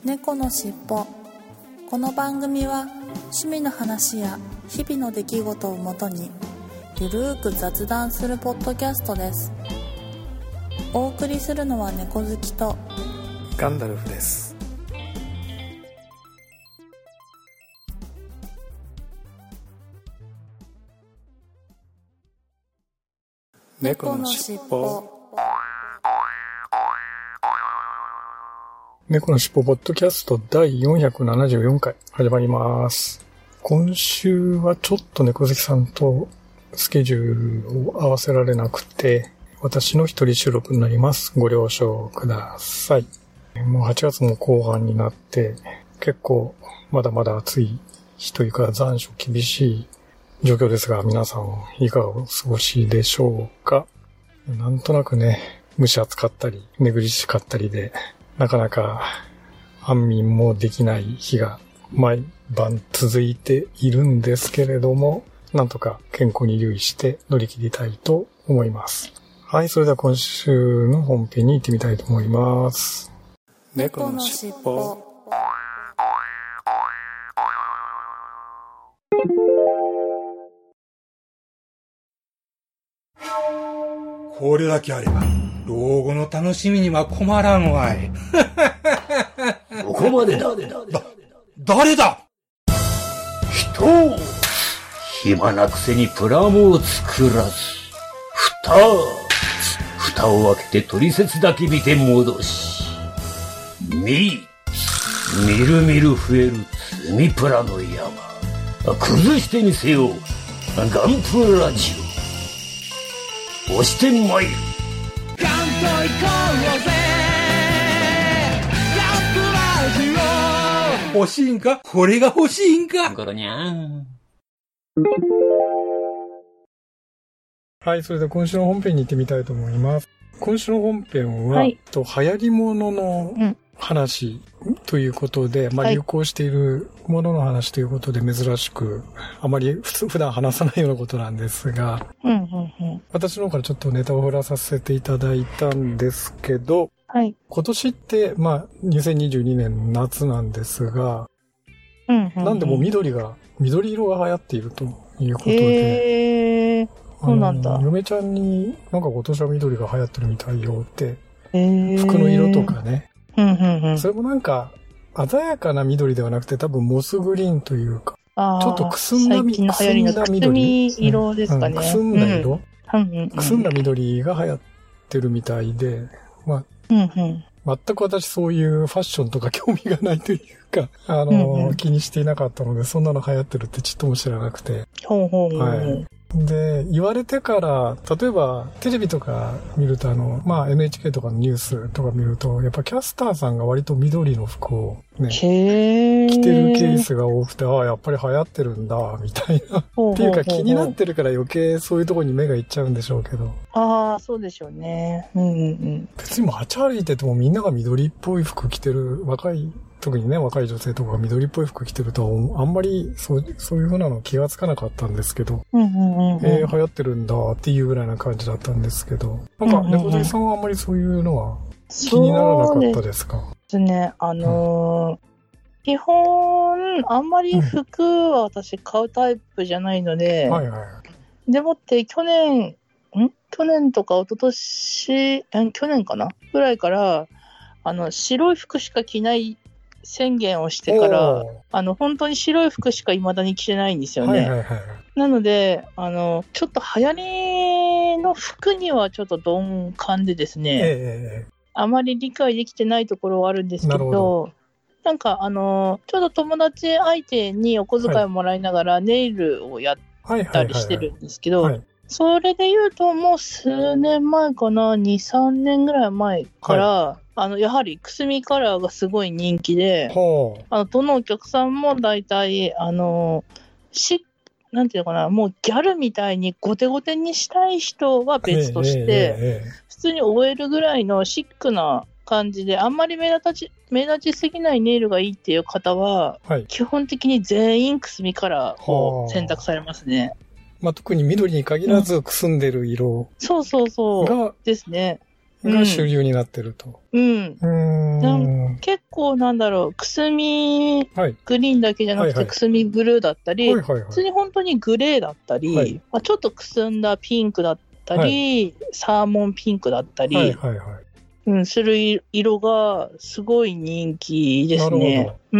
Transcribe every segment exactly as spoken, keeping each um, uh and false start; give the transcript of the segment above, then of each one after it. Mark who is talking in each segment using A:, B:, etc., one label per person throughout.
A: 猫のしっぽ。この番組は趣味の話や日々の出来事をもとにゆるーく雑談するポッドキャストです。お送りするのは猫好きと
B: ガンダルフです。猫のしっぽ。猫のしっぽポッドキャストだいよんひゃくななじゅうよんかい始まります。今週はちょっと猫好きさんとスケジュールを合わせられなくて、私の一人収録になります。ご了承ください。もうはちがつも後半になって、結構まだまだ暑い日というか残暑厳しい状況ですが、皆さんいかがお過ごしでしょうか。なんとなくね、蒸し暑かったり寝苦しかったりで、なかなか安眠もできない日が毎晩続いているんですけれども、なんとか健康に留意して乗り切りたいと思います。はい、それでは今週の本編に行ってみたいと思います。猫のしっぽ。
C: これだけあれば老後の楽しみには困らんわい。
D: ここまでだ。
C: だ、誰だ？
D: 人、暇なくせにプラモを作らず、蓋、蓋を開けて取説だけ見て戻し、み、みるみる増える積みプラの山、崩してみせよう、ガンプラジオ、押してまいる。
E: ガンと行こうぜ、ガンプラジオ。
C: 欲しいんか？これが欲しいんか？
D: ゴロニャン。
B: はい、それでは今週の本編に行ってみたいと思います。今週の本編は、はい、と流行り物の話ということで、うん、まあ、流行しているものの話ということで珍しく、あまり普通普段話さないようなことなんですが、
F: うんうんうん、
B: 私の方からちょっとネタを振らさせていただいたんですけど、
F: はい、
B: 今年って、まあ、にせんにじゅうにねん夏なんですが、
F: うんうんうん、
B: なんでも緑が、緑色が流行っているということで、
F: へー、そうなんだ。
B: 嫁ちゃんになんか今年は緑が流行ってるみたいよって、服の色とかね、
F: うんうんうん、
B: それもなんか鮮やかな緑ではなくて多分モスグリーンというか、ちょっとくすんだ緑、
F: 最近の流行りのくすみ色ですかね。
B: うんうん、くすんだ色、
F: うんうんうん、
B: くすんだ緑が流行ってるみたいで、まあ、
F: うんうん、
B: 全く私そういうファッションとか興味がないというか、あの、うんうん、気にしていなかったので、そんなの流行ってるってちっとも知らなくて。
F: ほうほうほう、
B: はい。で、言われてから、例えばテレビとか見るとあの、まあ エヌエイチケー とかのニュースとか見ると、やっぱキャスターさんが割と緑の服をね、着てるケースが多くて、ああ、やっぱり流行ってるんだ、みたいな。っていうか気になってるから余計そういうところに目がいっちゃうんでしょうけど。
F: ああ、そうでしょうね。うんうんうん。
B: 別に街歩いててもみんなが緑っぽい服着てる若い、特にね、若い女性とかが緑っぽい服着てると、あんまりそう、そういう風なの気がつかなかったんですけど、
F: うんうんうんうん、
B: えー、流行ってるんだっていうぐらいな感じだったんですけど、なんか、猫背さんはあんまりそういうのは気にならなかったですか？
F: そうですね、あのーうん、基本、あんまり服は私買うタイプじゃないので、
B: うんはいはい、
F: でもって去年、ん去年とか一昨年、去年かなぐらいから、あの、白い服しか着ない宣言をしてから、あの、本当に白い服しか未だに着てないんですよね。
B: はいはいはい、
F: なので、あの、ちょっと流行りの服にはちょっと鈍感でですね、
B: えー、
F: あまり理解できてないところはあるんですけど、
B: なるほど、
F: なんかあの、ちょうど友達相手にお小遣いをもらいながらネイルをやったりしてるんですけど、
B: はいはいはいはい、
F: それで言うともう数年前かな、に、さんねんぐらい前から、はい、あの、やはりくすみカラーがすごい人気で、あの、どのお客さんも大体、あの、し、なんていうのかな、もうギャルみたいにゴテゴテにしたい人は別として、えーえー、普通に オーエル ぐらいのシックな感じで、あんまり目立ち、目立ちすぎないネイルがいいっていう方は、はい、基本的に全員くすみカラーを選択されますね。
B: まあ、特に緑に限らずくすんでる色、うん、
F: そうそうそう。が、ですね。
B: が主流になってると。
F: うん。うん、結結構なんだろう、くすみグリーンだけじゃなくて、はいはい、くすみブルーだったり、はいはいはい、普通に本当にグレーだったり、はい、まあ、ちょっとくすんだピンクだったり、はい、サーモンピンクだったり、はいはいはい、うん、する色がすごい人気ですね。なるほど。うん。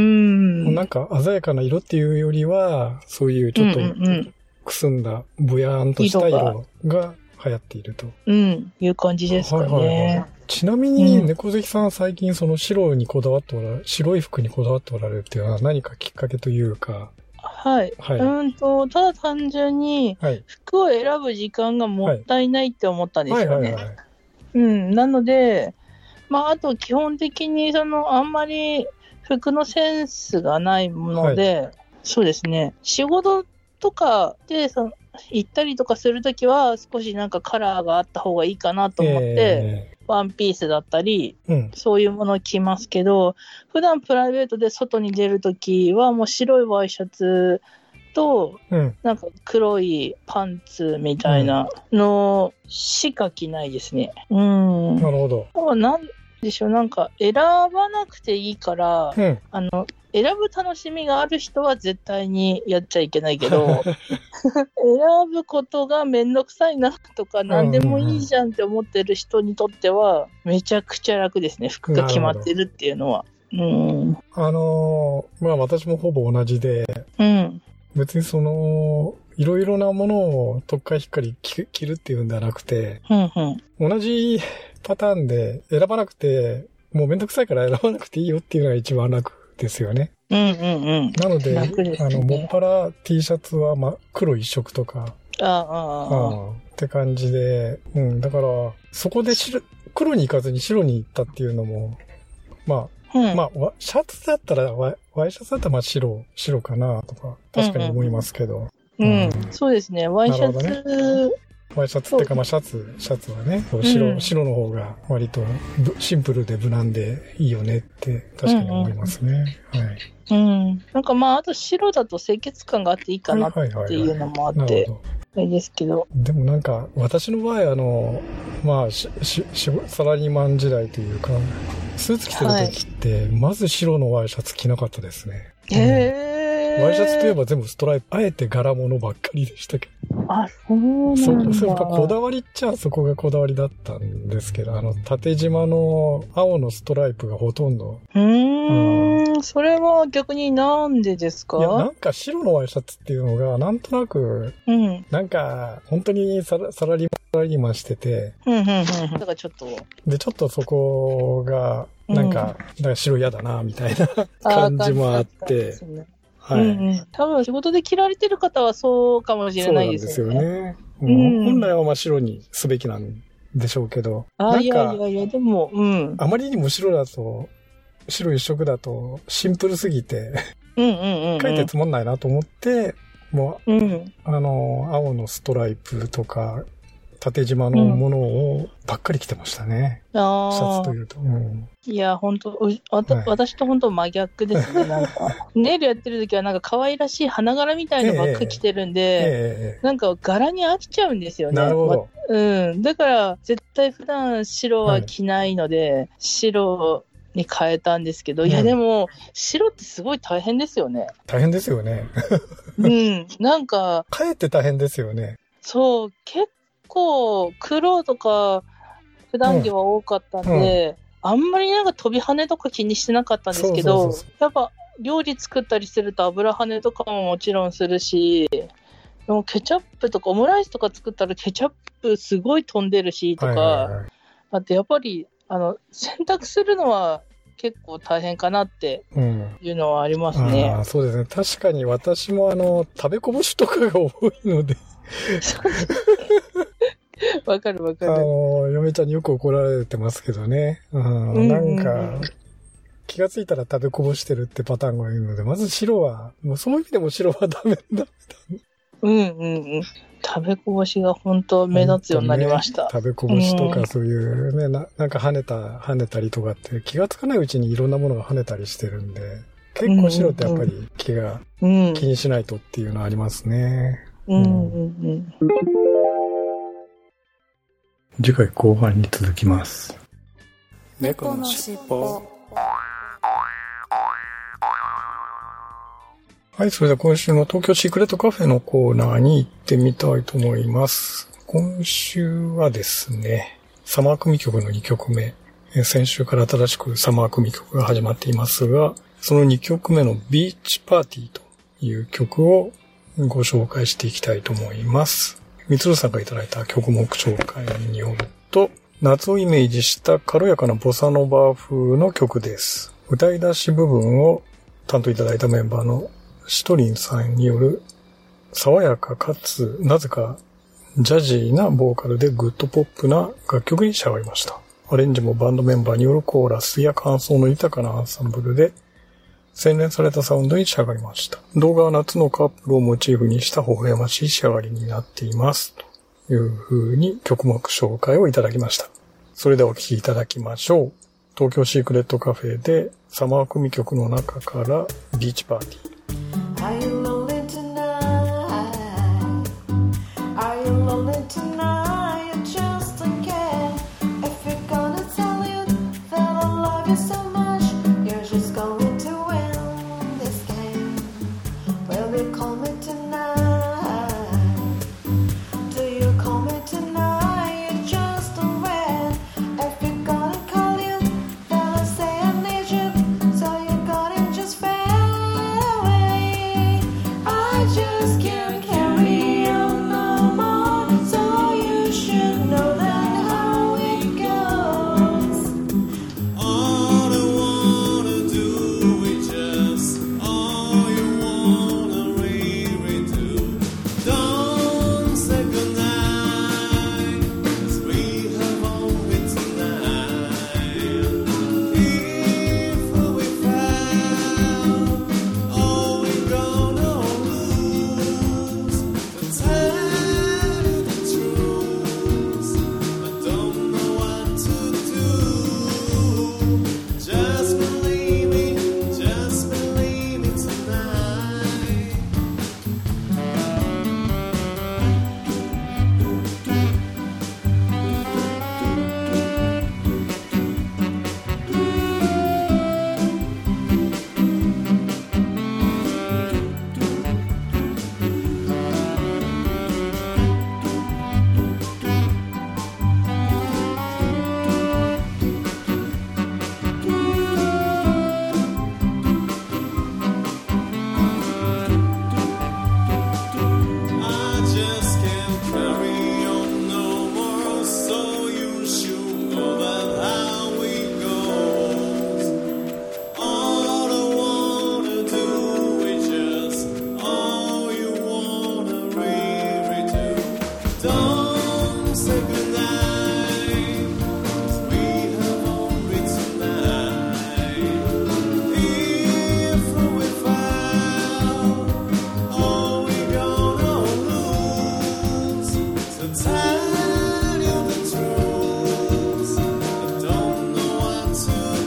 B: なんか鮮やかな色っていうよりは、そういうちょっとくすんだぼやーんとした色が流行っていると。
F: うん、いう感じですかね。はいはいはい、
B: ちなみに猫関さん最近その白にこだわっておられ、白い服にこだわっておられるっていうのは何かきっかけというか。
F: はい。はい、うんと、ただ単純に服を選ぶ時間がもったいないって思ったんですよね。うん。なので、まあ、あと基本的にその、あんまり服のセンスがないもので、はい、そうですね。仕事とかで、その、行ったりとかするときは少しなんかカラーがあった方がいいかなと思って、えー、ワンピースだったり、うん、そういうものを着ますけど、普段プライベートで外に出るときはもう白いワイシャツと、うん、なんか黒いパンツみたいなのしか着ないですね。うん。
B: なるほど。
F: なんでしょう、なんか選ばなくていいから、うん、あの、選ぶ楽しみがある人は絶対にやっちゃいけないけど、選ぶことがめんどくさいなとか何でもいいじゃんって思ってる人にとってはめちゃくちゃ楽ですね。服が決まってるっていうのは。うん、
B: あのー、まあ私もほぼ同じで、うん、別にその、いろいろなものを特化引っかり着るっていうんではなくて、うんうん、同じパターンで選ばなくて、もうめんどくさいから選ばなくていいよっていうのが一番楽ですよね。
F: うんうんうん。
B: なので、ね、あの、もっぱら T シャツは、ま、黒一色とか、
F: ああ、ああ、
B: って感じで、うん、だから、そこで白、黒に行かずに白に行ったっていうのも、まあ、うん、まあ、シャツだったら、ワイ、ワイシャツだったらまあ白、白かなとか、確かに思いますけど。
F: うん、うんうん、そうですね、ワイシャツ、
B: ワイシャツってか、まあ、シャツ、シャツはね、白、うん、白の方が割とシンプルで無難でいいよねって確かに思いますね。うんうん、はい。
F: うん。なんかまあ、あと白だと清潔感があっていいかなっていうのもあって、あれですけど。
B: でもなんか、私の場合、あの、まあ、し、し、サラリーマン時代というか、スーツ着てる時って、はい、まず白のワイシャツ着なかったですね。
F: へー。
B: ワイシャツといえば全部ストライプ、あえて柄物ばっかりでしたけ
F: ど。あ、そうなんだ。
B: そ、やっぱこだわりっちゃそこがこだわりだったんですけど、あの、縦縞の青のストライプがほとんど。
F: うーん、うん、それは逆になんでですか？
B: いや、なんか白のワイシャツっていうのが、なんとなく、うん、なんか、本当にサラ、サラリーマン、サラリーマンしてて。
F: うん、うん、うん。だからちょっと。
B: で、ちょっとそこが、なんか、うん、なんか白嫌だな、みたいな感じもあって。
F: はい、うんうん。多分仕事で着られてる方はそうかもしれないですよね。
B: そうなんですよね。うん、本来はまあ白にすべきなんでしょうけど。
F: あ、いやいやいや、でも、うん。
B: あまりにも白だと、白一色だとシンプルすぎて、
F: うんうんうん、うん。
B: 書いてつまんないなと思って、もう、うん、あの、青のストライプとか、縦縞のものをばっかり着てましたね。うん、あシャツというと。うん、
F: いや、本当わた、はい、私と本当真逆ですね。なんかネイルやってる時はなんか可愛らしい花柄みたいのばっかり着てるんで、えー、なんか柄に飽きちゃうんですよね。
B: なるほど。
F: うん。だから絶対普段白は着ないので、はい、白に変えたんですけど、うん、いやでも白ってすごい大変ですよね。
B: 大変ですよね。
F: うん。なんか。
B: かえって大変ですよね。
F: そう、結構黒とか普段着は多かったんで、うんうん、あんまりなんか飛び跳ねとか気にしてなかったんですけど、そうそうそうそう、やっぱ料理作ったりすると油跳ねとかももちろんするし、でもケチャップとかオムライスとか作ったらケチャップすごい飛んでるしとか、はいはいはい、あとやっぱりあの洗濯するのは結構大変かなっていうのはありますね。
B: うん、あ、そうですね。確かに私もあの食べこぼしとかが多いので
F: わかるわかる。
B: あの、嫁ちゃんによく怒られてますけどね。うん、なんか、気がついたら食べこぼしてるってパターンがいるので、まず白は、もうその意味でも白はダメだ。
F: うんうんうん。食べこぼしが本当目立つようになりました。
B: ね、食べこぼしとかそういうね、うん、な、なんか跳ねた、跳ねたりとかって気がつかないうちにいろんなものが跳ねたりしてるんで、結構白ってやっぱり気が、気にしないとっていうのはありますね。
F: うんうんうん。
B: 次回後半に続きます。
A: 猫のしっぽ。
B: はい、それでは今週の東京シークレットカフェのコーナーに行ってみたいと思います。今週はですね、サマー組曲のにきょくめ、先週から新しくサマー組曲が始まっていますが、そのにきょくめのビーチパーティーという曲をご紹介していきたいと思います。みつるさんがいただいた曲目紹介によると、夏をイメージした軽やかなボサノバ風の曲です。歌い出し部分を担当いただいたメンバーのシトリンさんによる爽やかかつなぜかジャジーなボーカルでグッドポップな楽曲に仕上がりました。アレンジもバンドメンバーによるコーラスや感想の豊かなアンサンブルで洗練されたサウンドに仕上がりました。動画は夏のカップルをモチーフにした微笑ましい仕上がりになっています。という風に曲目紹介をいただきました。それではお聴きいただきましょう。東京シークレットカフェでサマー組曲の中からビーチパーティー。
G: Are you lonely tonight? Are you lonely tonight? You just don't care. If you're gonna tell you that I love you so much, you're just going to win this game. Will you call me tonight? Do you call me tonight? You just don't win. If you're gonna call you, then I say I need you, so you're gonna just fade away. I just can't carry on no more, so you should know that how it goes.
E: All I wanna do is just all you wanna really do. Don't say goodnight, 'cause we have only tonight. If we fail, all we're gonna lose. To tell you the truth, I don't know what to do. Just believe me, just believe me tonight. I just can't carry on no more, so you should know that how it goes. All I wanna do is just all you wanna really do. Don't say goodnight, 'cause we have only tonight. If we fail, all we're gonna lose. So tell you the truth, I don't know what to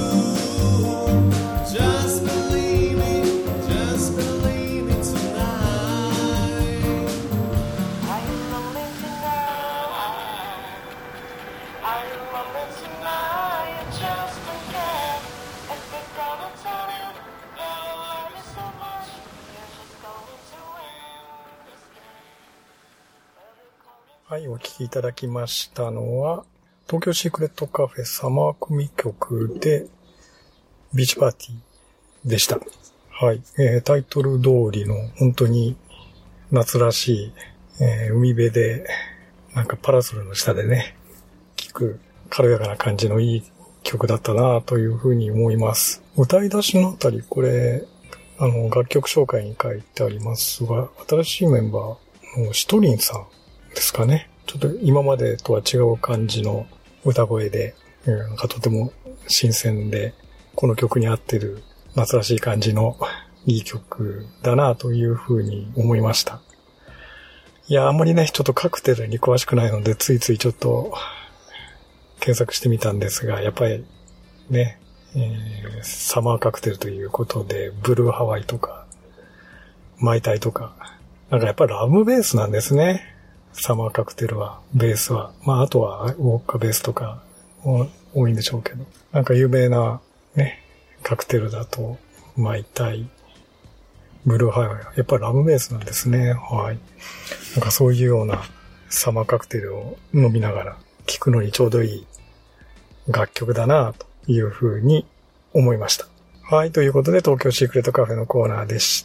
E: do. Just believe me, just believe me tonight.
G: Are you lonely tonight? Are you lonely tonight? You just don't care. If we're gonna tell you that I love you so much, you're just going to win this game. Will you call me?
B: はい、お聴きいただきましたのは、東京シークレットカフェサマー組曲で、ビーチパーティーでした。はい、えー、タイトル通りの本当に夏らしい、えー、海辺で、なんかパラソルの下でね、聴く軽やかな感じのいい曲だったなというふうに思います。歌い出しのあたり、これ、あの、楽曲紹介に書いてありますが、新しいメンバーのシトリンさんですかね。ちょっと今までとは違う感じの歌声で、えーなんかとても新鮮で、この曲に合ってる夏らしい感じのいい曲だなというふうに思いました。いや、あんまりね、ちょっとカクテルに詳しくないので、ついついちょっと検索してみたんですが、やっぱりね、えー、サマーカクテルということで、ブルーハワイとか、マイタイとか、なんかやっぱりラムベースなんですね。サマーカクテルは、ベースは。まあ、あとはウォッカベースとか多いんでしょうけど。なんか有名なね、カクテルだと、マイタイ、 ブルーハイはやっぱりラムベースなんですね。はい。なんかそういうようなサマーカクテルを飲みながら聴くのにちょうどいい楽曲だなというふうに思いました。はい。ということで東京シークレットカフェのコーナーでした。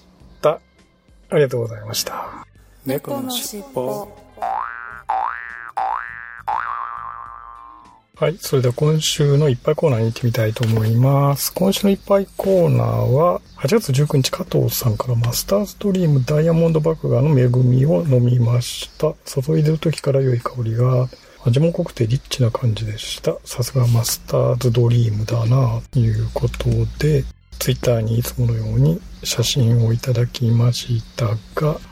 B: ありがとうございました。
A: 猫のしっぽ。
B: はい。それでは今週のいっぱいコーナーに行ってみたいと思います。今週のいっぱいコーナーは、はちがつじゅうくにち加藤さんからマスターズドリームダイヤモンド麦芽の恵みを飲みました。注いでる時から良い香りが、味も濃くてリッチな感じでした。さすがマスターズドリームだなということで、ツイッターにいつものように写真をいただきましたが、はい。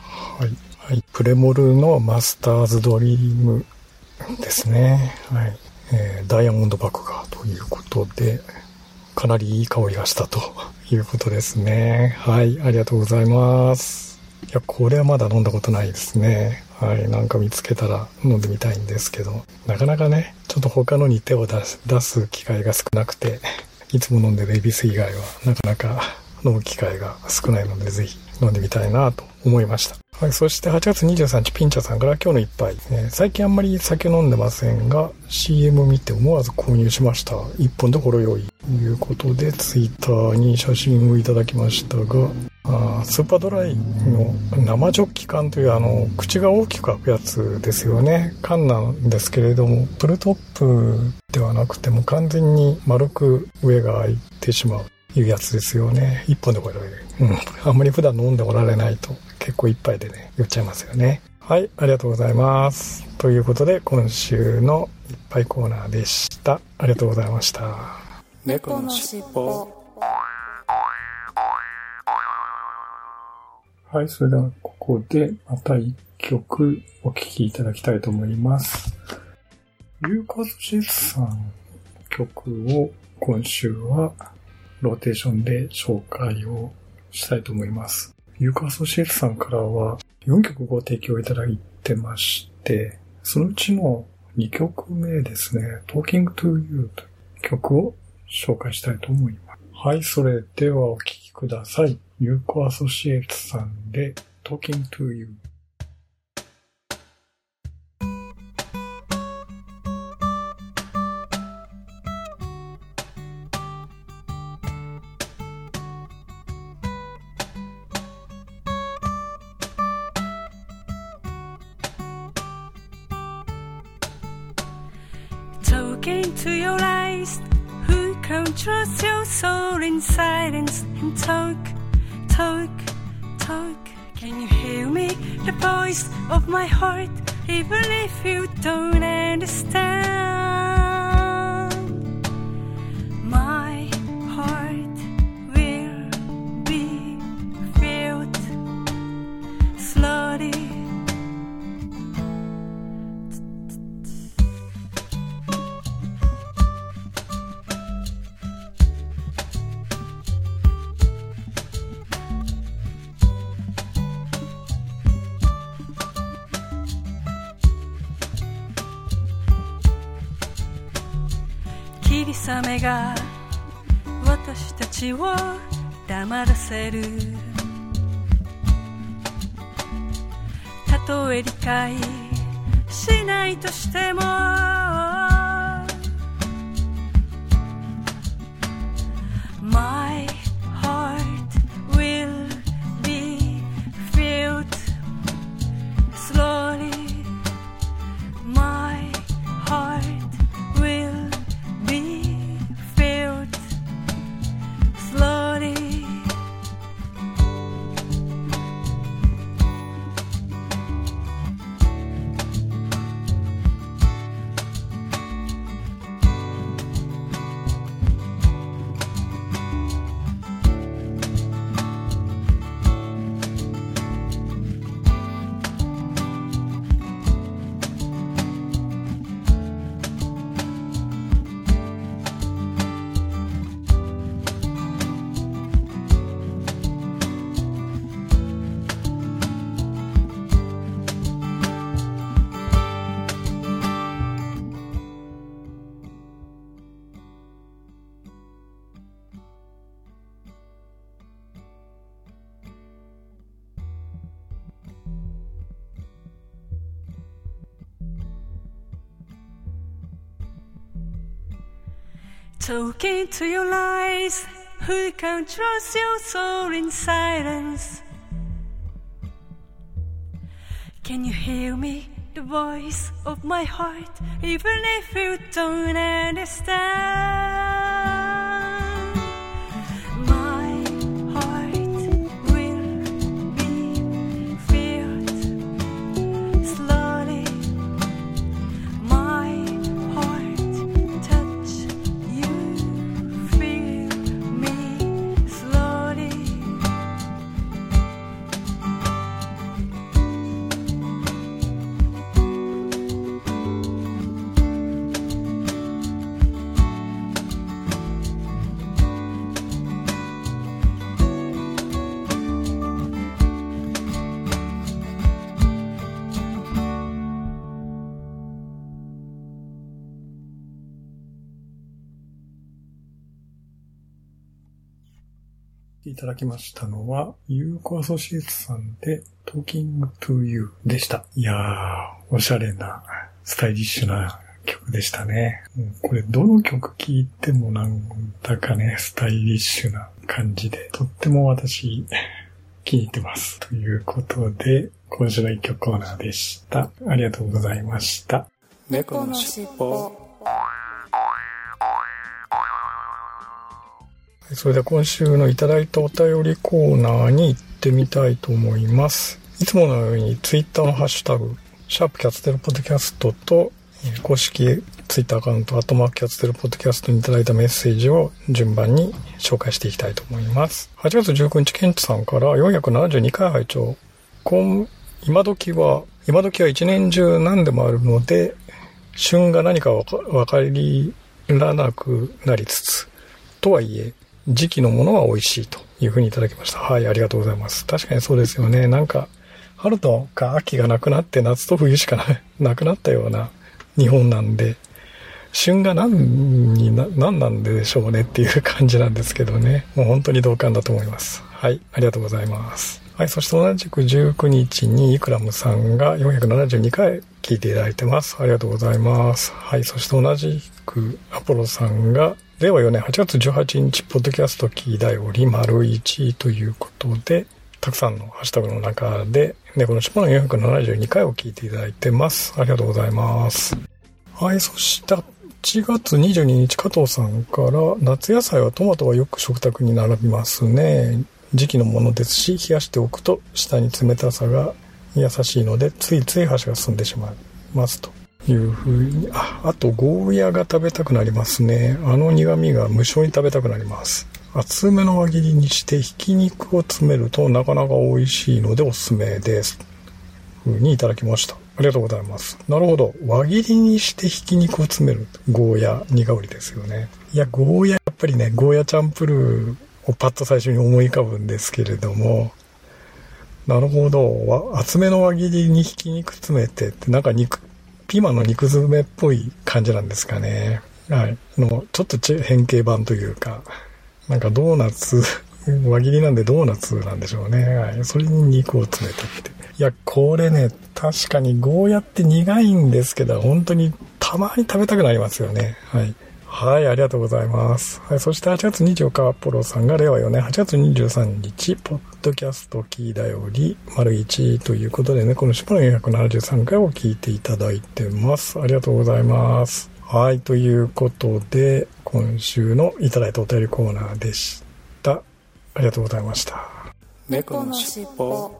B: はい。プレモルのマスターズドリームですね。はい。えー、ダイヤモンド麦芽ということで、かなりいい香りがしたということですね。はい、ありがとうございます。いや、これはまだ飲んだことないですね。はい、なんか見つけたら飲んでみたいんですけど、なかなかね、ちょっと他のに手を出す、出す機会が少なくて、いつも飲んでるエビス以外はなかなか飲む機会が少ないので、ぜひ飲んでみたいなと思いました。はい、そしてはちがつにじゅうさんにちピンチャーさんから今日の一杯、えー、最近あんまり酒飲んでませんが シーエム 見て思わず購入しました。一本でほろ酔いということでツイッターに写真をいただきましたが、あスーパードライの生ジョッキ缶というあの口が大きく開くやつですよね。缶なんですけれどもプルトップではなくても完全に丸く上が開いてしまういうやつですよね。一本でほろ酔い、うん、あんまり普段飲んでおられないと結構一杯でね酔っちゃいますよね。はい、ありがとうございます。ということで今週のいっぱいコーナーでした。ありがとうございました。
A: 猫のしっぽ。
B: はい、それではここでまた一曲お聴きいただきたいと思います。ユーカズシェフさん曲を今週はローテーションで紹介をしたいと思います。ユーカアソシエイツさんからはよんきょくご提供いただいてまして、そのうちのにきょくめですね、Talking to You という曲を紹介したいと思います。はい、それではお聴きください。ユーカアソシエイツさんで Talking to You。
H: Talking to your eyes, who controls your soul in silence and talk, talk, talk. Can you hear me? The voice of my heart, even if you don't understand. My heart will be filled slowly.霧雨が私たちを黙らせる。たとえ理解しないとしても My heart will be filled slowly. My heart will be filled slowly. talking to your lies. Who can trust your soul in silence? Can you hear me? The voice of my heart, even if you don't understand. My heart will be filled slowly. My heart touch you, feel me slowly.
B: いただきましたのは、ユーコアソシエイツさんで Talking to You でした。いやー、おしゃれな、スタイリッシュな曲でしたね。これどの曲聴いてもなんだかね、スタイリッシュな感じで、とっても私、気に入ってます。ということで、今週の一曲コーナーでした。ありがとうございました。
A: 猫のしっぽ。
B: それでは今週のいただいたお便りコーナーに行ってみたいと思います。いつものようにツイッターのハッシュタグ、シャープキャツテルポッドキャストと公式ツイッターアカウント、アットマークキャツテルポッドキャストにいただいたメッセージを順番に紹介していきたいと思います。はちがつじゅうくにち、ケンチさんからよんひゃくななじゅうにかい拝聴。今、今時は、今時は一年中何でもあるので、旬が何かわか、わかりらなくなりつつ、とはいえ、時期のものは美味しいというふうにいただきました。はい、ありがとうございます。確かにそうですよね。なんか、春とか秋がなくなって夏と冬しか な, なくなったような日本なんで、旬が何にな、何なんでしょうねっていう感じなんですけどね。もう本当に同感だと思います。はい、ありがとうございます。はい、そして同じくじゅうくにちにイクラムさんがよんひゃくななじゅうにかい聞いていただいてます。ありがとうございます。はい、そして同じくアポロさんがれいわよねんはちがつじゅうはちにちポッドキャストキーだより丸いちということで、たくさんのハッシュタグの中で猫のしっぽのよんひゃくななじゅうにかいを聞いていただいてます。ありがとうございます。はい、そしてはちがつにじゅうににち加藤さんから、夏野菜はトマトはよく食卓に並びますね。時期のものですし、冷やしておくと下に冷たさが優しいのでついつい箸が進んでしまいますというふうに。あ、あとゴーヤが食べたくなりますね。あの苦味が無性に食べたくなります。厚めの輪切りにしてひき肉を詰めるとなかなか美味しいのでおすすめです。ふうにいただきました。ありがとうございます。なるほど。輪切りにしてひき肉を詰める。ゴーヤ、苦織ですよね。いや、ゴーヤ、やっぱりね、ゴーヤチャンプルーをパッと最初に思い浮かぶんですけれども、なるほど。厚めの輪切りにひき肉詰めてって、なんか肉、ピーマンの肉詰めっぽい感じなんですかね。はい。の、ちょっと変形版というか、なんかドーナツ、輪切りなんでドーナツなんでしょうね。はい。それに肉を詰めてって。いや、これね、確かにゴーヤって苦いんですけど、本当にたまに食べたくなりますよね。はい。はい、ありがとうございます。はい、そしてはちがつにじゅうよっか、アポロさんがれいわよねんはちがつにじゅうさんにち、ポッドキャストキーだより、丸いちということでね、このしっぽのよんひゃくななじゅうさんかいを聞いていただいてます。ありがとうございます。はい、ということで、今週のいただいたお便りコーナーでした。ありがとうございました。
A: 猫のしっぽ。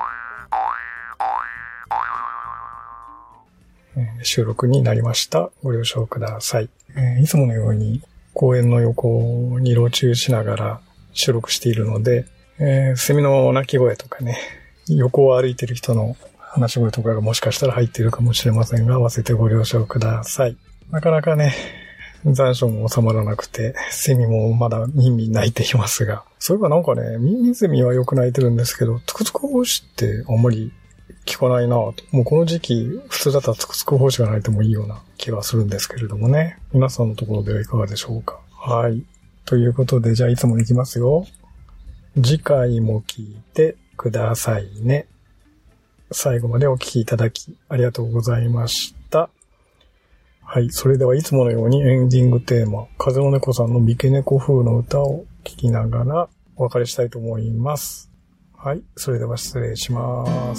B: 収録になりました。ご了承ください。えー、いつものように公園の横に路駐しながら収録しているので、えー、セミの鳴き声とかね、横を歩いている人の話し声とかがもしかしたら入っているかもしれませんが、合わせてご了承ください。なかなかね、残暑も収まらなくて、セミもまだミンミン鳴いていますが、そういえばなんかね、ミミズミはよく鳴いてるんですけど、トゥクトゥク星ってあんまり聞かないなぁと。もうこの時期、普通だったらつくつく星が鳴いてもいいような気がするんですけれどもね。皆さんのところではいかがでしょうか。はい。ということで、じゃあいつも行きますよ。次回も聞いてくださいね。最後までお聞きいただきありがとうございました。 はい。それではいつものようにエンディングテーマ、風の猫さんの三毛猫風の歌を聴きながらお別れしたいと思います。はい。それでは失礼します。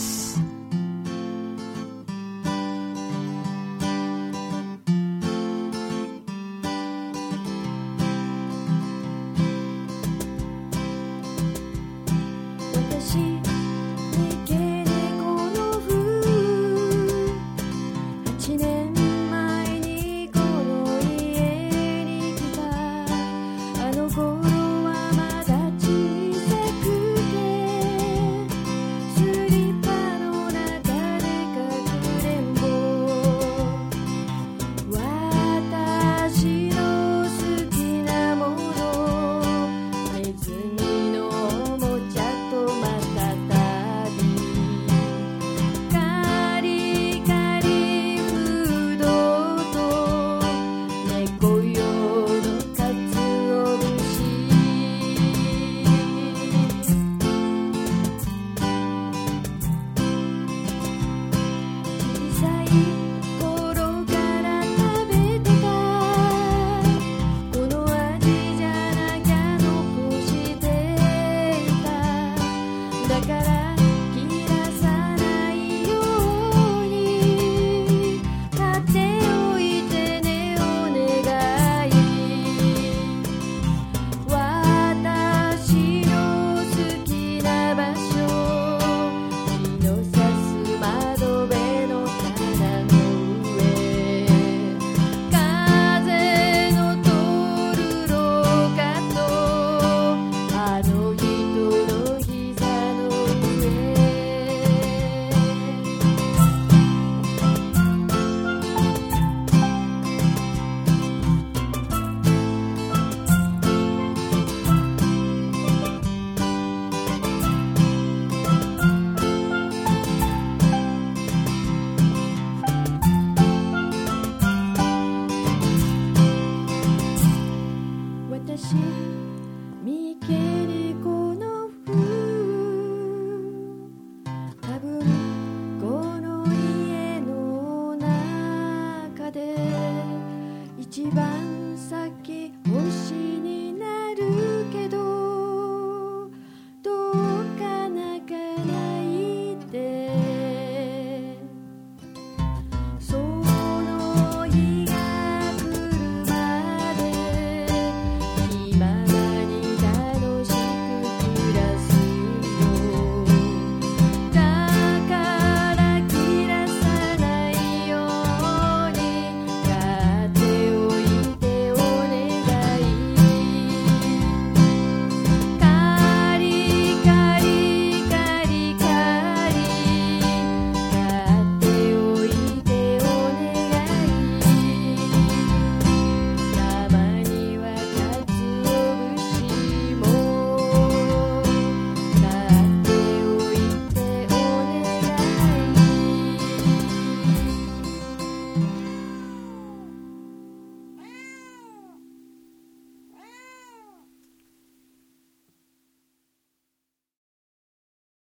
G: 私三毛猫